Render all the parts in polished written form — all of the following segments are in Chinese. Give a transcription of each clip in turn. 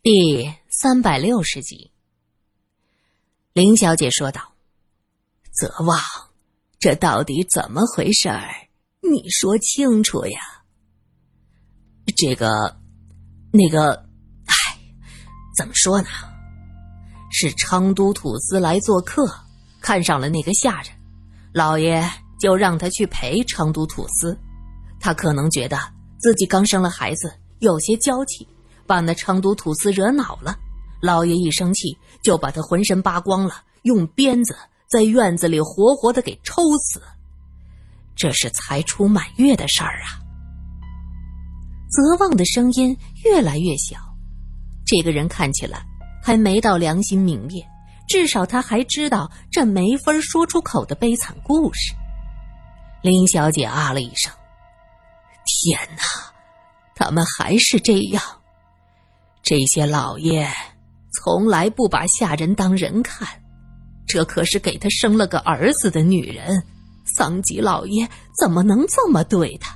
第360集。林小姐说道：“ 泽望，这到底怎么回事儿？你说清楚呀。” 怎么说呢？是昌都土司来做客，看上了那个下人，老爷就让他去陪昌都土司。他可能觉得自己刚生了孩子，有些娇气，把那昌都土司惹恼了。老爷一生气，就把他浑身扒光了，用鞭子在院子里活活的给抽死。这是才出满月的事儿啊。泽望的声音越来越小，这个人看起来还没到良心泯灭，至少他还知道这没法说出口的悲惨故事。林小姐啊了一声：“ 天哪，他们还是这样！这些老爷从来不把下人当人看，这可是给他生了个儿子的女人，桑吉老爷怎么能这么对他？”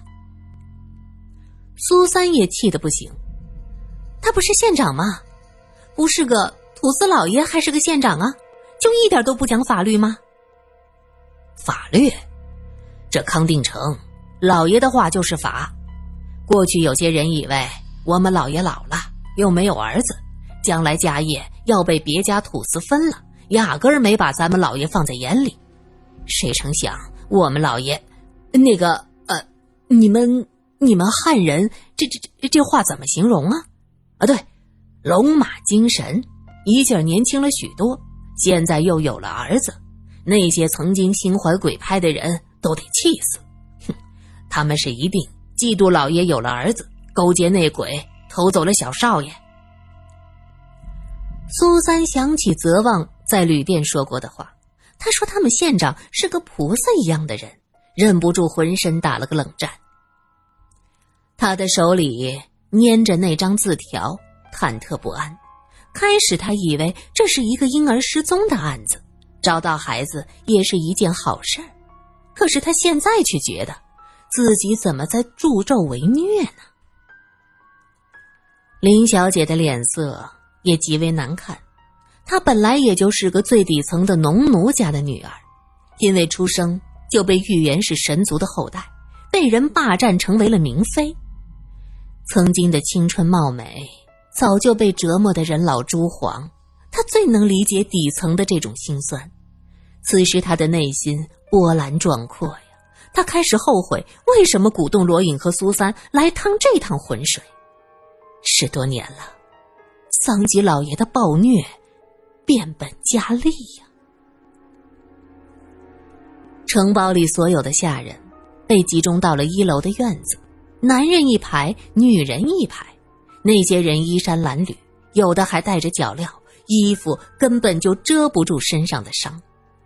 苏三也气得不行，他不是县长吗？不是个土司老爷还是个县长啊，就一点都不讲法律吗？ 法律？这康定城老爷的话就是法。过去有些人以为我们老爷老了又没有儿子，将来家业要被别家土司分了，压根儿没把咱们老爷放在眼里。谁成想我们老爷你们汉人这话怎么形容啊？对，龙马精神，一下年轻了许多，现在又有了儿子，那些曾经心怀鬼胎的人都得气死。他们是一定嫉妒老爷有了儿子，勾结内鬼偷走了小少爷。 苏三想起泽望在旅店说过的话，他说他们县长是个菩萨一样的人，忍不住浑身打了个冷战。他的手里捏着那张字条，忐忑不安。开始他以为这是一个婴儿失踪的案子，找到孩子也是一件好事儿。可是他现在却觉得自己怎么在助纣为虐呢？林小姐的脸色也极为难看。她本来也就是个最底层的农奴家的女儿，因为出生就被预言是神族的后代，被人霸占成为了明妃。曾经的青春貌美早就被折磨的人老珠黄，她最能理解底层的这种心酸。此时她的内心波澜壮阔呀，她开始后悔为什么鼓动罗隐和苏三来趟这趟浑水。10多年了，桑吉老爷的暴虐变本加厉呀。城堡里所有的下人被集中到了1楼的院子，男人一排，女人一排。那些人衣衫褴褛，有的还带着脚镣，衣服根本就遮不住身上的伤。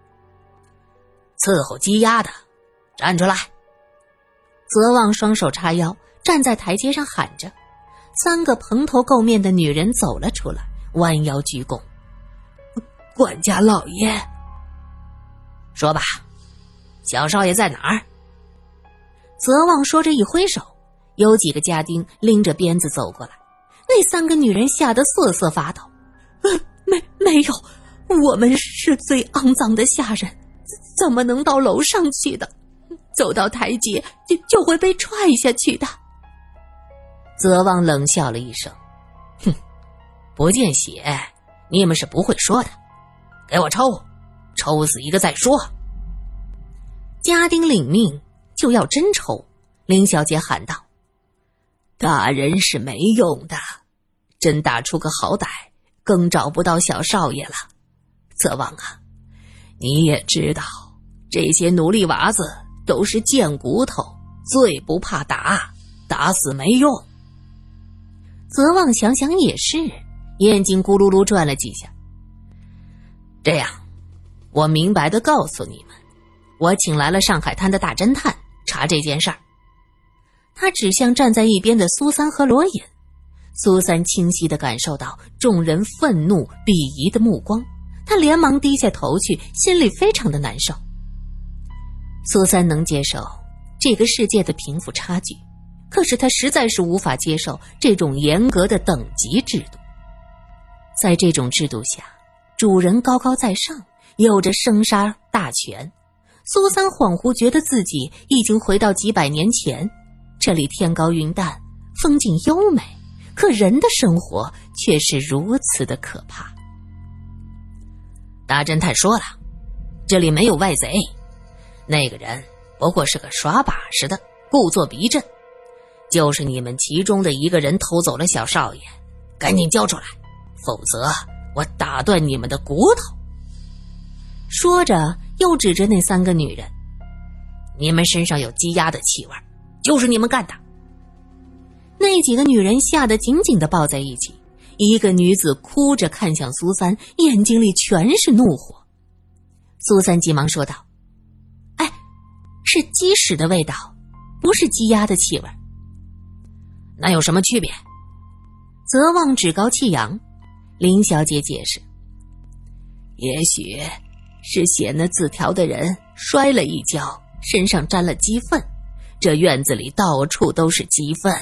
伺候鸡鸭的站出来！ 泽望双手叉腰，站在台阶上喊着。3个蓬头垢面的女人走了出来，弯腰鞠躬。 管家老爷， 说吧，小少爷在哪儿？泽望说着一挥手，有几个家丁拎着鞭子走过来。那3个女人吓得瑟瑟发抖。没有，我们是最肮脏的下人，怎么能到楼上去的？走到台阶就会被踹下去的。泽望冷笑了一声：“ 哼，不见血，你们是不会说的。给我抽死一个再说。” 家丁领命，就要真抽。林小姐喊道：“ 大人是没用的，真打出个好歹，更找不到小少爷了。泽望啊，你也知道，这些奴隶娃子都是贱骨头，最不怕打，打死没用。” 泽望想想也是，眼睛咕噜噜转了几下。 这样，我明白地告诉你们，我请来了上海滩的大侦探查这件事儿。 他指向站在一边的苏三和罗隐。苏三清晰地感受到众人愤怒鄙夷的目光，他连忙低下头去，心里非常的难受。苏三能接受这个世界的贫富差距，可是他实在是无法接受这种严格的等级制度。 在这种制度下，主人高高在上，有着生杀大权。苏三恍惚觉得自己已经回到几百年前，这里天高云淡，风景优美，可人的生活却是如此的可怕。 大侦探说了，这里没有外贼，那个人不过是个耍把式的，故作逼阵，就是你们其中的一个人偷走了小少爷，赶紧交出来，否则我打断你们的骨头。 说着又指着那3个女人， 你们身上有鸡鸭的气味，就是你们干的。 那几个女人吓得紧紧地抱在一起，一个女子哭着看向苏三，眼睛里全是怒火。苏三急忙说道：哎，是鸡屎的味道，不是鸡鸭的气味。 那有什么区别？ 泽旺趾高气扬。林小姐解释： 也许是写那字条的人摔了一跤，身上沾了鸡粪，这院子里到处都是鸡粪。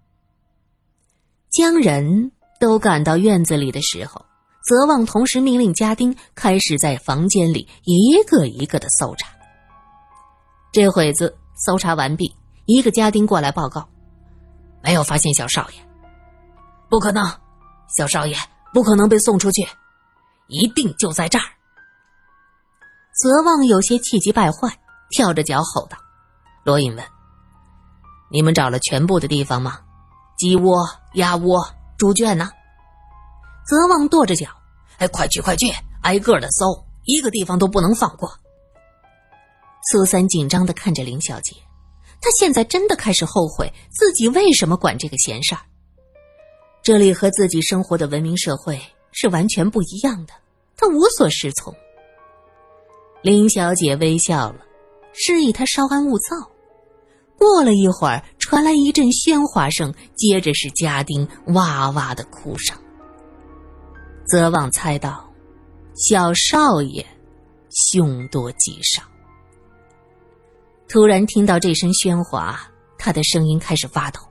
将人都赶到院子里的时候，泽旺同时命令家丁开始在房间里一个一个的搜查。这会子搜查完毕，一个家丁过来报告： 没有发现小少爷。不可能，小少爷不可能被送出去，一定就在这儿。 泽旺有些气急败坏，跳着脚吼道。 罗隐问：你们找了全部的地方吗？鸡窝、鸭窝、猪圈呢？ 泽旺跺着脚： 快去，挨个的搜，一个地方都不能放过。 苏三紧张地看着林小姐，她现在真的开始后悔自己为什么管这个闲事儿。这里和自己生活的文明社会是完全不一样的，她无所适从。林小姐微笑了，示意她稍安勿躁。过了一会儿，传来一阵喧哗声，接着是家丁哇哇的哭声。泽旺猜到小少爷凶多吉少。突然听到这声喧哗，他的声音开始发抖。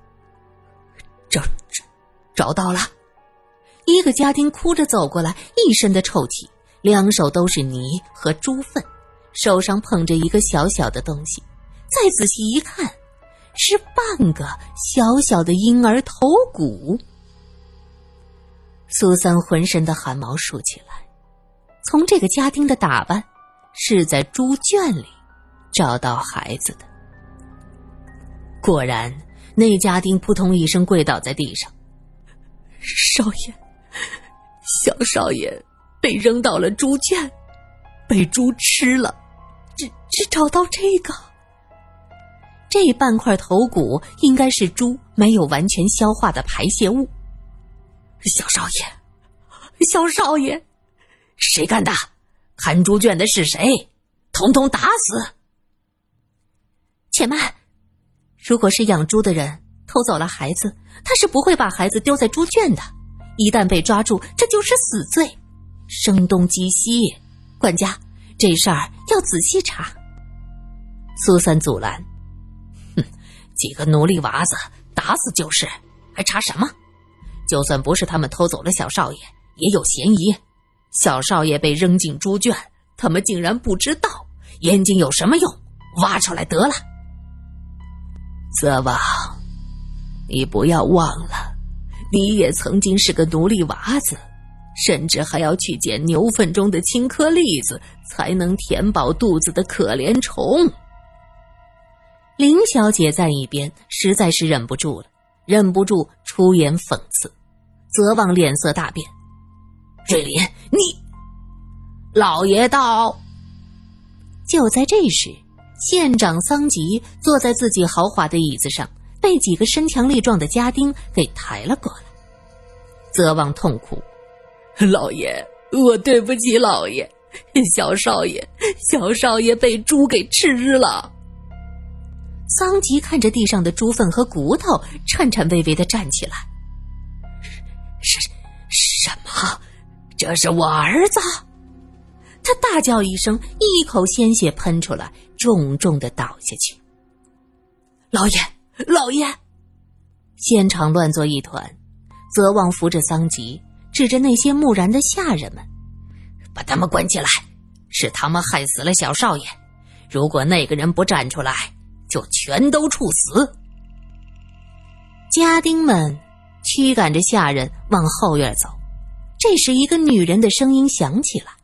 找到了！一个家丁哭着走过来，一身的臭气，两手都是泥和猪粪，手上捧着一个小小的东西，再仔细一看，是半个小小的婴儿头骨。苏三浑身的汗毛竖起来，从这个家丁的打扮，是在猪圈里找到孩子的。果然，那家丁扑通一声跪倒在地上。少爷，小少爷被扔到了猪圈，被猪吃了，只找到这个。这半块头骨应该是猪没有完全消化的排泄物。 小少爷，谁干的？看猪圈的是谁？统统打死！ 且慢，如果是养猪的人偷走了孩子，他是不会把孩子丢在猪圈的，一旦被抓住，这就是死罪，声东击西。管家，这事儿要仔细查。苏三阻拦： 几个奴隶娃子打死就是，还查什么？就算不是他们偷走了小少爷，也有嫌疑。小少爷被扔进猪圈，他们竟然不知道，眼睛有什么用？挖出来得了。泽旺，你不要忘了，你也曾经是个奴隶娃子，甚至还要去捡牛粪中的青颗粒子，才能填饱肚子的可怜虫。 林小姐在一边实在是忍不住出言讽刺。泽旺脸色大变： 瑞林，你！老爷到！ 就在这时，县长桑吉坐在自己豪华的椅子上，被几个身强力壮的家丁给抬了过来。泽旺痛哭： 老爷，我对不起老爷，小少爷被猪给吃了。 桑吉看着地上的猪粪和骨头，颤颤巍巍地站起来。 什么？这是我儿子！ 他大叫一声，一口鲜血喷出来，重重地倒下去。 老爷！ 现场乱作一团。泽旺扶着桑吉， 指着那些木然的下人们：“ 把他们关起来，是他们害死了小少爷，如果那个人不站出来，就全都处死。” 家丁们驱赶着下人往后院走，这时一个女人的声音响起来：“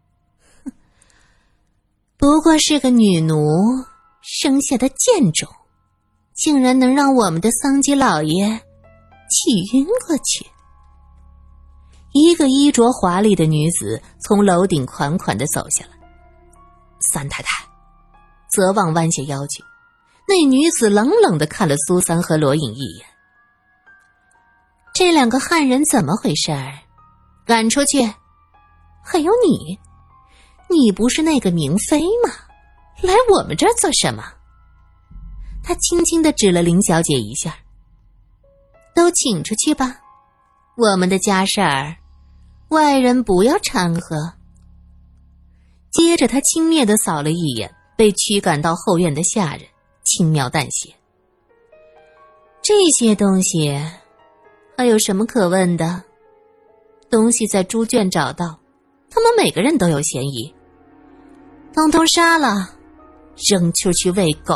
不过是个女奴生下的贱种，竟然能让我们的桑吉老爷气晕过去。”一个衣着华丽的女子从楼顶款款地走下来。“三太太。”泽旺弯下腰去，那女子冷冷地看了苏三和罗隐一眼。“这两个汉人怎么回事儿？赶出去！还有你不是那个明妃吗？来我们这儿做什么？”他轻轻地指了林小姐一下。“都请出去吧，我们的家事儿，外人不要掺和。”接着他轻蔑地扫了一眼被驱赶到后院的下人，轻描淡写：“这些东西还有什么可问的？东西在猪圈找到，他们每个人都有嫌疑，统统杀了，扔出去喂狗。”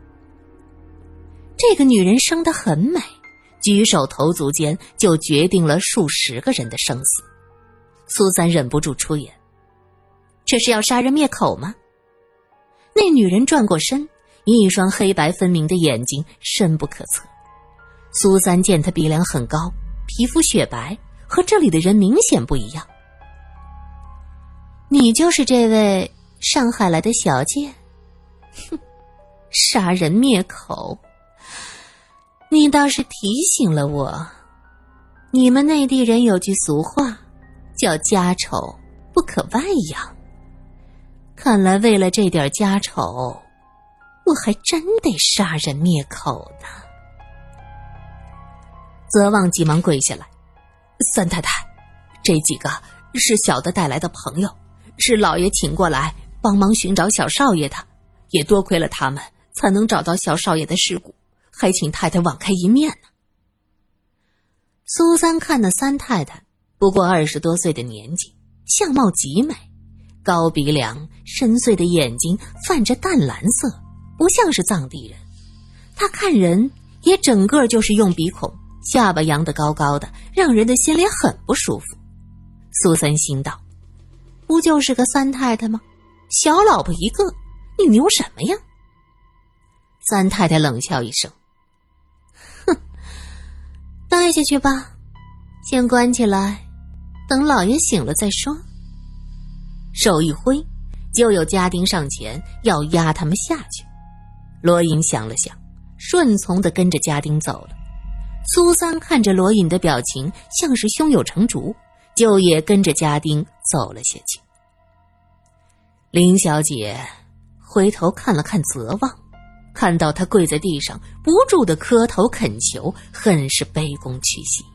这个女人生得很美，举手投足间就决定了数十个人的生死。苏三忍不住出言：“这是要杀人灭口吗？”那女人转过身，一双黑白分明的眼睛深不可测。苏三见她鼻梁很高，皮肤雪白，和这里的人明显不一样。“你就是这位上海来的小姐？”“哼，杀人灭口，你倒是提醒了我。你们内地人有句俗话，叫家丑不可外扬。看来为了这点家丑，我还真得杀人灭口呢。”泽旺急忙跪下来：“三太太，这几个是小的带来的朋友，是老爷请过来帮忙寻找小少爷的，也多亏了他们才能找到小少爷的尸骨，还请太太网开一面呢。”苏三看那三太太不过20多岁的年纪，相貌极美，高鼻梁，深邃的眼睛泛着淡蓝色，不像是藏地人。他看人也整个就是用鼻孔，下巴扬得高高的，让人的心里很不舒服。苏三心道：不就是个三太太吗？小老婆一个，你牛什么呀？三太太冷笑一声：哼，带下去吧，先关起来，等老爷醒了再说。手一挥，就有家丁上前要押他们下去。罗隐想了想，顺从地跟着家丁走了。苏三看着罗隐的表情像是胸有成竹，就也跟着家丁走了下去。林小姐回头看了看泽旺，看到他跪在地上不住地磕头恳求，很是卑躬屈膝。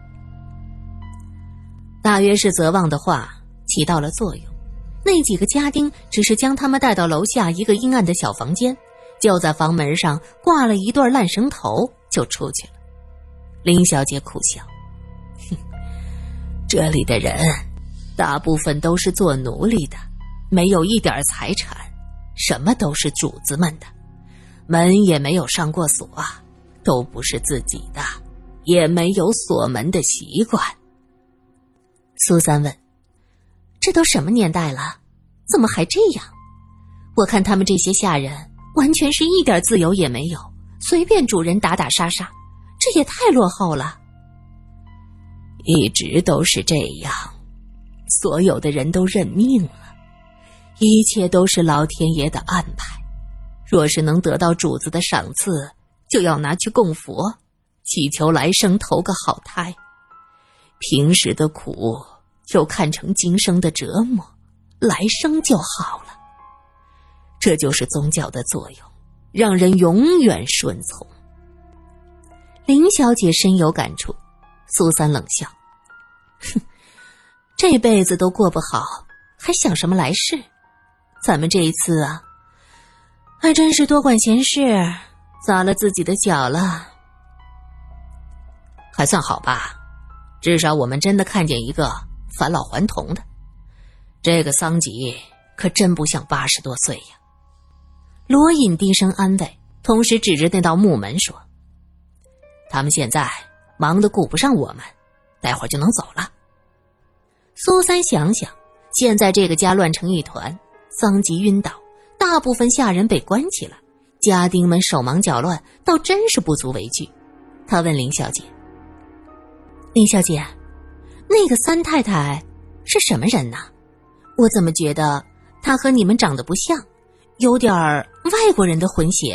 大约是泽旺的话起到了作用，那几个家丁只是将他们带到楼下一个阴暗的小房间，就在房门上挂了一对烂绳头就出去了。林小姐苦笑：哼，这里的人大部分都是做奴隶的，没有一点财产，什么都是主子们的，门也没有上过锁啊，都不是自己的，也没有锁门的习惯。苏三问：这都什么年代了，怎么还这样？我看他们这些下人完全是一点自由也没有，随便主人打打杀杀，这也太落后了。一直都是这样，所有的人都认命了，一切都是老天爷的安排。若是能得到主子的赏赐，就要拿去供佛，祈求来生投个好胎。平时的苦就看成今生的折磨，来生就好了。这就是宗教的作用，让人永远顺从。林小姐深有感触。苏三冷笑：哼，这辈子都过不好，还想什么来世？咱们这一次啊，还真是多管闲事，砸了自己的脚了。还算好吧， 至少我们真的看见一个返老还童的。这个桑吉可真不像80多岁呀。 罗隐低声安慰，同时指着那道木门说： 他们现在忙得顾不上我们，待会儿就能走了。 苏三想想，现在这个家乱成一团，桑吉晕倒，大部分下人被关起来，家丁们手忙脚乱，倒真是不足为惧。他问林小姐：林小姐，那个三太太是什么人呢？我怎么觉得她和你们长得不像，有点外国人的混血。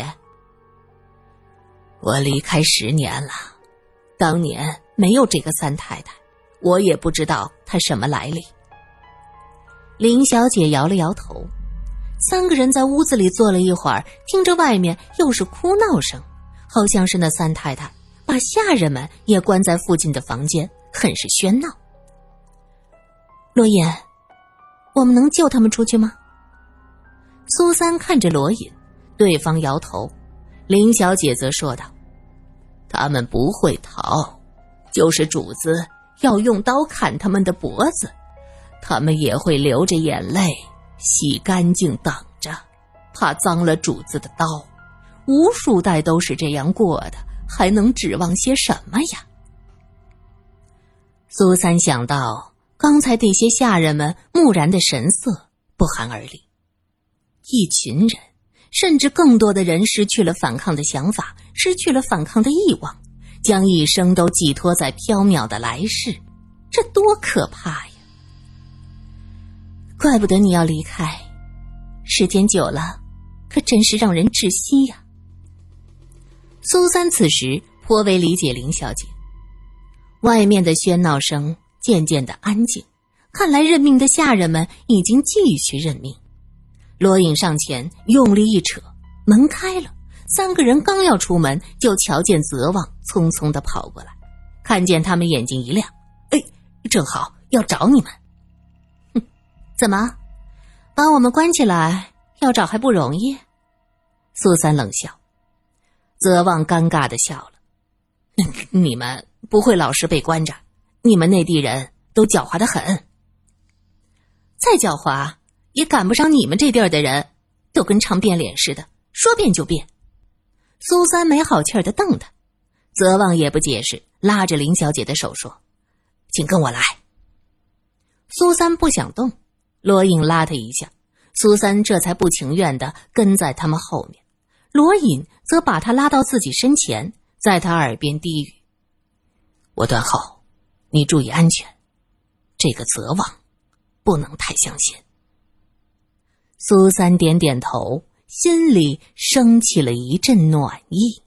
我离开10年了，当年没有这个三太太，我也不知道她什么来历。 林小姐摇了摇头。3个人在屋子里坐了一会儿，听着外面又是哭闹声，好像是那三太太把下人们也关在附近的房间，很是喧闹。罗隐，我们能救他们出去吗？苏三看着罗隐，对方摇头。 林小姐则说道：他们不会逃，就是主子要用刀砍他们的脖子，他们也会流着眼泪洗干净等着，怕脏了主子的刀。无数代都是这样过的，还能指望些什么呀？ 苏三想到刚才这些下人们木然的神色，不寒而栗。一群人，甚至更多的人失去了反抗的想法，失去了反抗的欲望，将一生都寄托在缥缈的来世，这多可怕呀！怪不得你要离开，时间久了，可真是让人窒息呀。苏三此时颇为理解林小姐。外面的喧闹声渐渐的安静，看来认命的下人们已经继续认命。罗隐上前用力一扯，门开了，3个人刚要出门，就瞧见泽望匆匆地跑过来，看见他们眼睛一亮：哎，正好要找你们。哼，怎么把我们关起来要找还不容易？苏三冷笑。泽望尴尬地笑了： 你们不会老是被关着，你们内地人都狡猾得很。 再狡猾也赶不上你们这地儿的人，都跟常变脸似的，说变就变。苏三没好气儿地瞪他。泽望也不解释，拉着林小姐的手说：请跟我来。苏三不想动，罗隐拉他一下，苏三这才不情愿地跟在他们后面。罗隐则把他拉到自己身前，在他耳边低语： 我断后，你注意安全，这个泽望不能太相信。 苏三点点头，心里升起了一阵暖意。